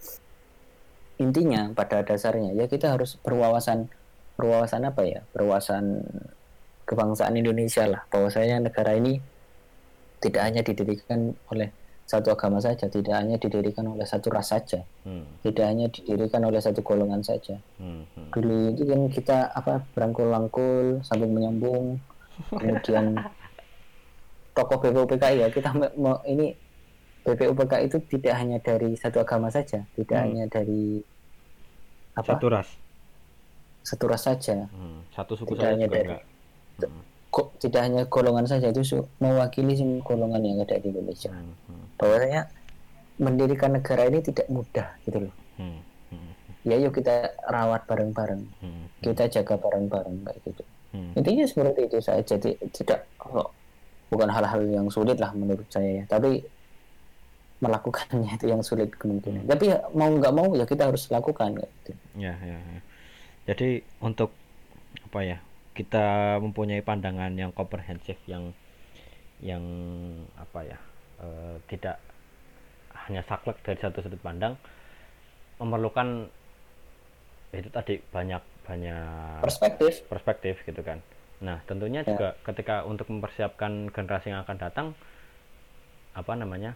intinya pada dasarnya ya kita harus berwawasan, berwawasan apa ya, berwawasan kebangsaan Indonesia lah, bahwasanya negara ini tidak hanya didirikan oleh satu agama saja, tidak hanya didirikan oleh satu ras saja, Hmm. tidak hanya didirikan oleh satu golongan saja. Hmm. Dulu itu kan kita apa berangkul-angkul, sambung menyambung, kemudian tokoh BPUPKI ya kita ini BPUPKI itu tidak hanya dari satu agama saja, tidak Hmm. hanya dari Satu apa ras. satu ras saja, Satu suku tidak saja hanya juga dari enggak. Hmm. tidak hanya golongan saja, itu mewakili semua golongan yang ada di Indonesia. Bahwasanya mendirikan negara ini tidak mudah gitu loh. Hmm. Hmm. Ya yuk kita rawat bareng-bareng, Hmm. kita jaga bareng-bareng kayak gitu. Hmm. Intinya seperti itu saja. Jadi tidak, bukan hal-hal yang sulit lah menurut saya ya, tapi melakukannya itu yang sulit kemungkinan. Tapi ya, mau nggak mau ya kita harus lakukan gitu. Ya, ya, ya. Jadi untuk apa ya? Kita mempunyai pandangan yang komprehensif, yang apa ya? Tidak hanya saklek dari satu sudut pandang, memerlukan itu tadi banyak banyak Perspektif perspektif gitu kan. Nah, tentunya ya, juga ketika untuk mempersiapkan generasi yang akan datang, apa namanya,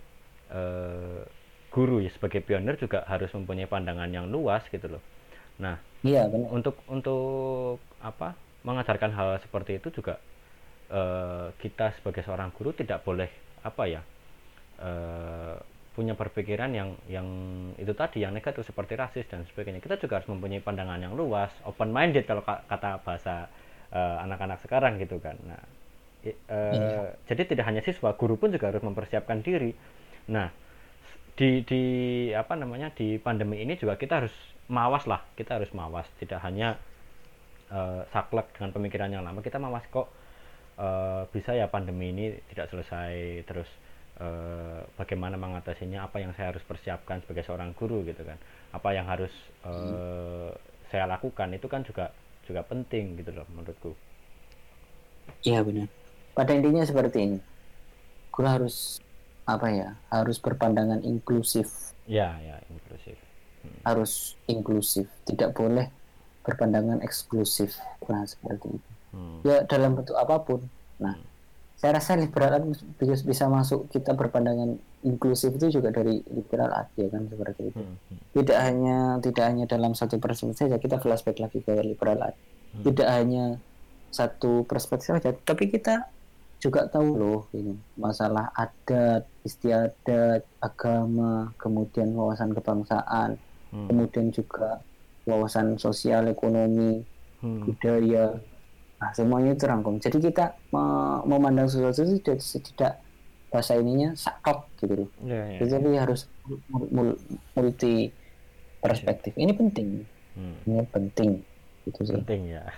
guru ya sebagai pionir juga harus mempunyai pandangan yang luas gitu loh. Nah, iya benar. untuk apa mengajarkan hal seperti itu juga kita sebagai seorang guru tidak boleh apa ya, punya berpikiran yang itu tadi, yang negatif seperti rasis dan sebagainya. Kita juga harus mempunyai pandangan yang luas, open minded kalau kata bahasa anak-anak sekarang gitu kan. Nah, Iya. jadi tidak hanya siswa, guru pun juga harus mempersiapkan diri. Nah, di apa namanya, di pandemi ini juga kita harus mawas lah, kita harus mawas, tidak hanya saklek dengan pemikiran yang lama, kita mawas kok bisa ya pandemi ini tidak selesai, terus bagaimana mengatasinya, apa yang saya harus persiapkan sebagai seorang guru gitu kan, apa yang harus saya lakukan, itu kan juga juga penting gitu loh menurutku. Iya benar. Pada intinya seperti ini. Guru harus apa ya? Harus berpandangan inklusif, Ya ya, inklusif. harus inklusif. Tidak boleh berpandangan eksklusif. Nah seperti itu. Hmm. Ya dalam bentuk apapun. Nah, saya rasa liberal art bisa masuk, kita berpandangan inklusif itu juga dari liberal art ya kan, seperti itu. Hmm. Tidak hanya dalam satu perspektif saja, kita flashback lagi ke liberal art. Tidak hanya satu perspektif saja, tapi kita juga tahu loh ini masalah adat, istiadat, agama, kemudian wawasan kebangsaan, kemudian juga wawasan sosial, ekonomi, budaya. Nah, semuanya itu rangkum. Jadi kita memandang sesuatu itu tidak bahasa ininya saklek gitu loh. Ya ya ya. Jadi harus multi perspektif. Ini penting. Ini penting. Itu sih. Penting ya.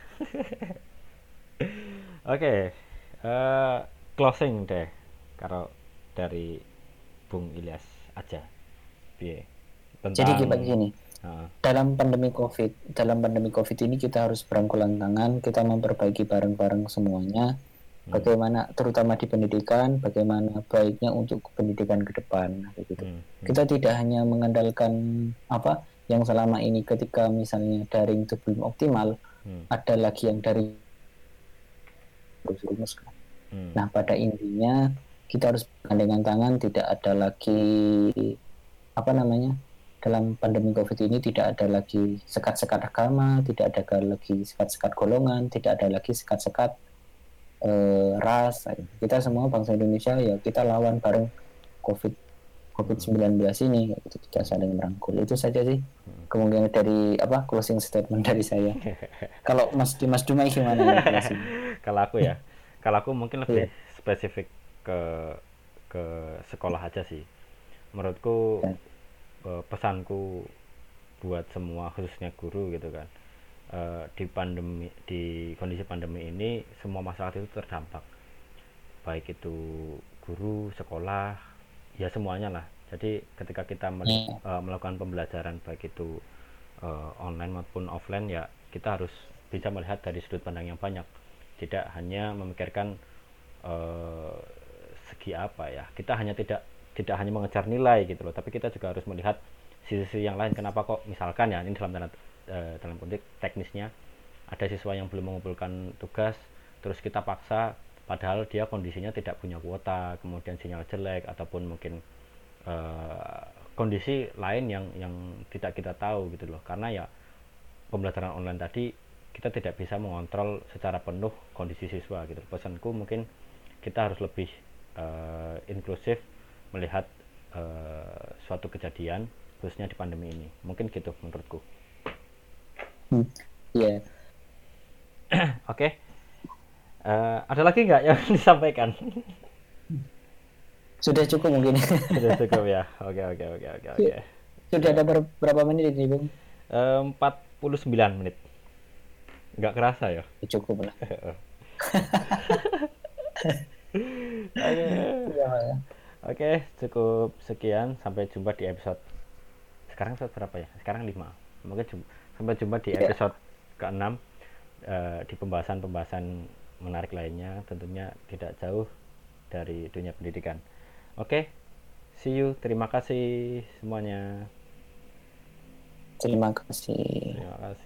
Oke, closing deh kalau dari Bung Ilyas aja, piye Jadi tentang gini, dalam pandemi COVID ini kita harus berangkulan tangan, kita memperbaiki bareng-bareng semuanya. Bagaimana, terutama di pendidikan, bagaimana baiknya untuk pendidikan ke depan, gitu. Kita tidak hanya mengandalkan apa yang selama ini, ketika misalnya daring itu belum optimal, ada lagi yang daring terus rumuskan. Nah, pada intinya kita harus bergandengan tangan, tidak ada lagi apa namanya, dalam pandemi COVID ini tidak ada lagi sekat-sekat agama, tidak ada lagi sekat-sekat golongan, tidak ada lagi sekat-sekat ras. Kita semua bangsa Indonesia ya, kita lawan bareng COVID-19 ini, itu kita saling merangkul. Itu saja sih kemungkinan dari closing statement dari saya. Kalau Mas Dumai gimana nih closing? Kalau aku ya, kalau aku mungkin lebih Iya. spesifik ke ke sekolah aja sih. Menurutku pesanku buat semua, khususnya guru gitu kan, di kondisi pandemi ini semua masyarakat itu terdampak, baik itu guru, sekolah, ya semuanya lah. Jadi ketika kita melakukan pembelajaran baik itu online maupun offline, ya kita harus bisa melihat dari sudut pandang yang banyak, tidak hanya memikirkan segi apa ya, kita tidak hanya mengejar nilai gitu loh, tapi kita juga harus melihat sisi-sisi yang lain. Kenapa kok misalkan ya, ini dalam konteks teknisnya, ada siswa yang belum mengumpulkan tugas, terus kita paksa padahal dia kondisinya tidak punya kuota, kemudian sinyal jelek, ataupun mungkin kondisi lain yang tidak kita tahu gitu loh. Karena ya pembelajaran online tadi kita tidak bisa mengontrol secara penuh kondisi siswa gitu. Pesanku mungkin kita harus lebih inklusif melihat suatu kejadian, khususnya di pandemi ini. Mungkin gitu menurutku. Iya. Oke. Ada lagi nggak yang disampaikan? Sudah cukup mungkin. Sudah cukup ya. Oke. Sudah ada berapa menit ini, Bung? 49 menit. Nggak kerasa ya? Cukup lah. Oke, cukup sekian. Sampai jumpa di episode. Sekarang episode berapa ya? Sekarang 5. Mungkin sampai jumpa di episode ke-6, di pembahasan-pembahasan menarik lainnya, tentunya tidak jauh dari dunia pendidikan. Oke, see you. Terima kasih semuanya. Terima kasih. Terima kasih.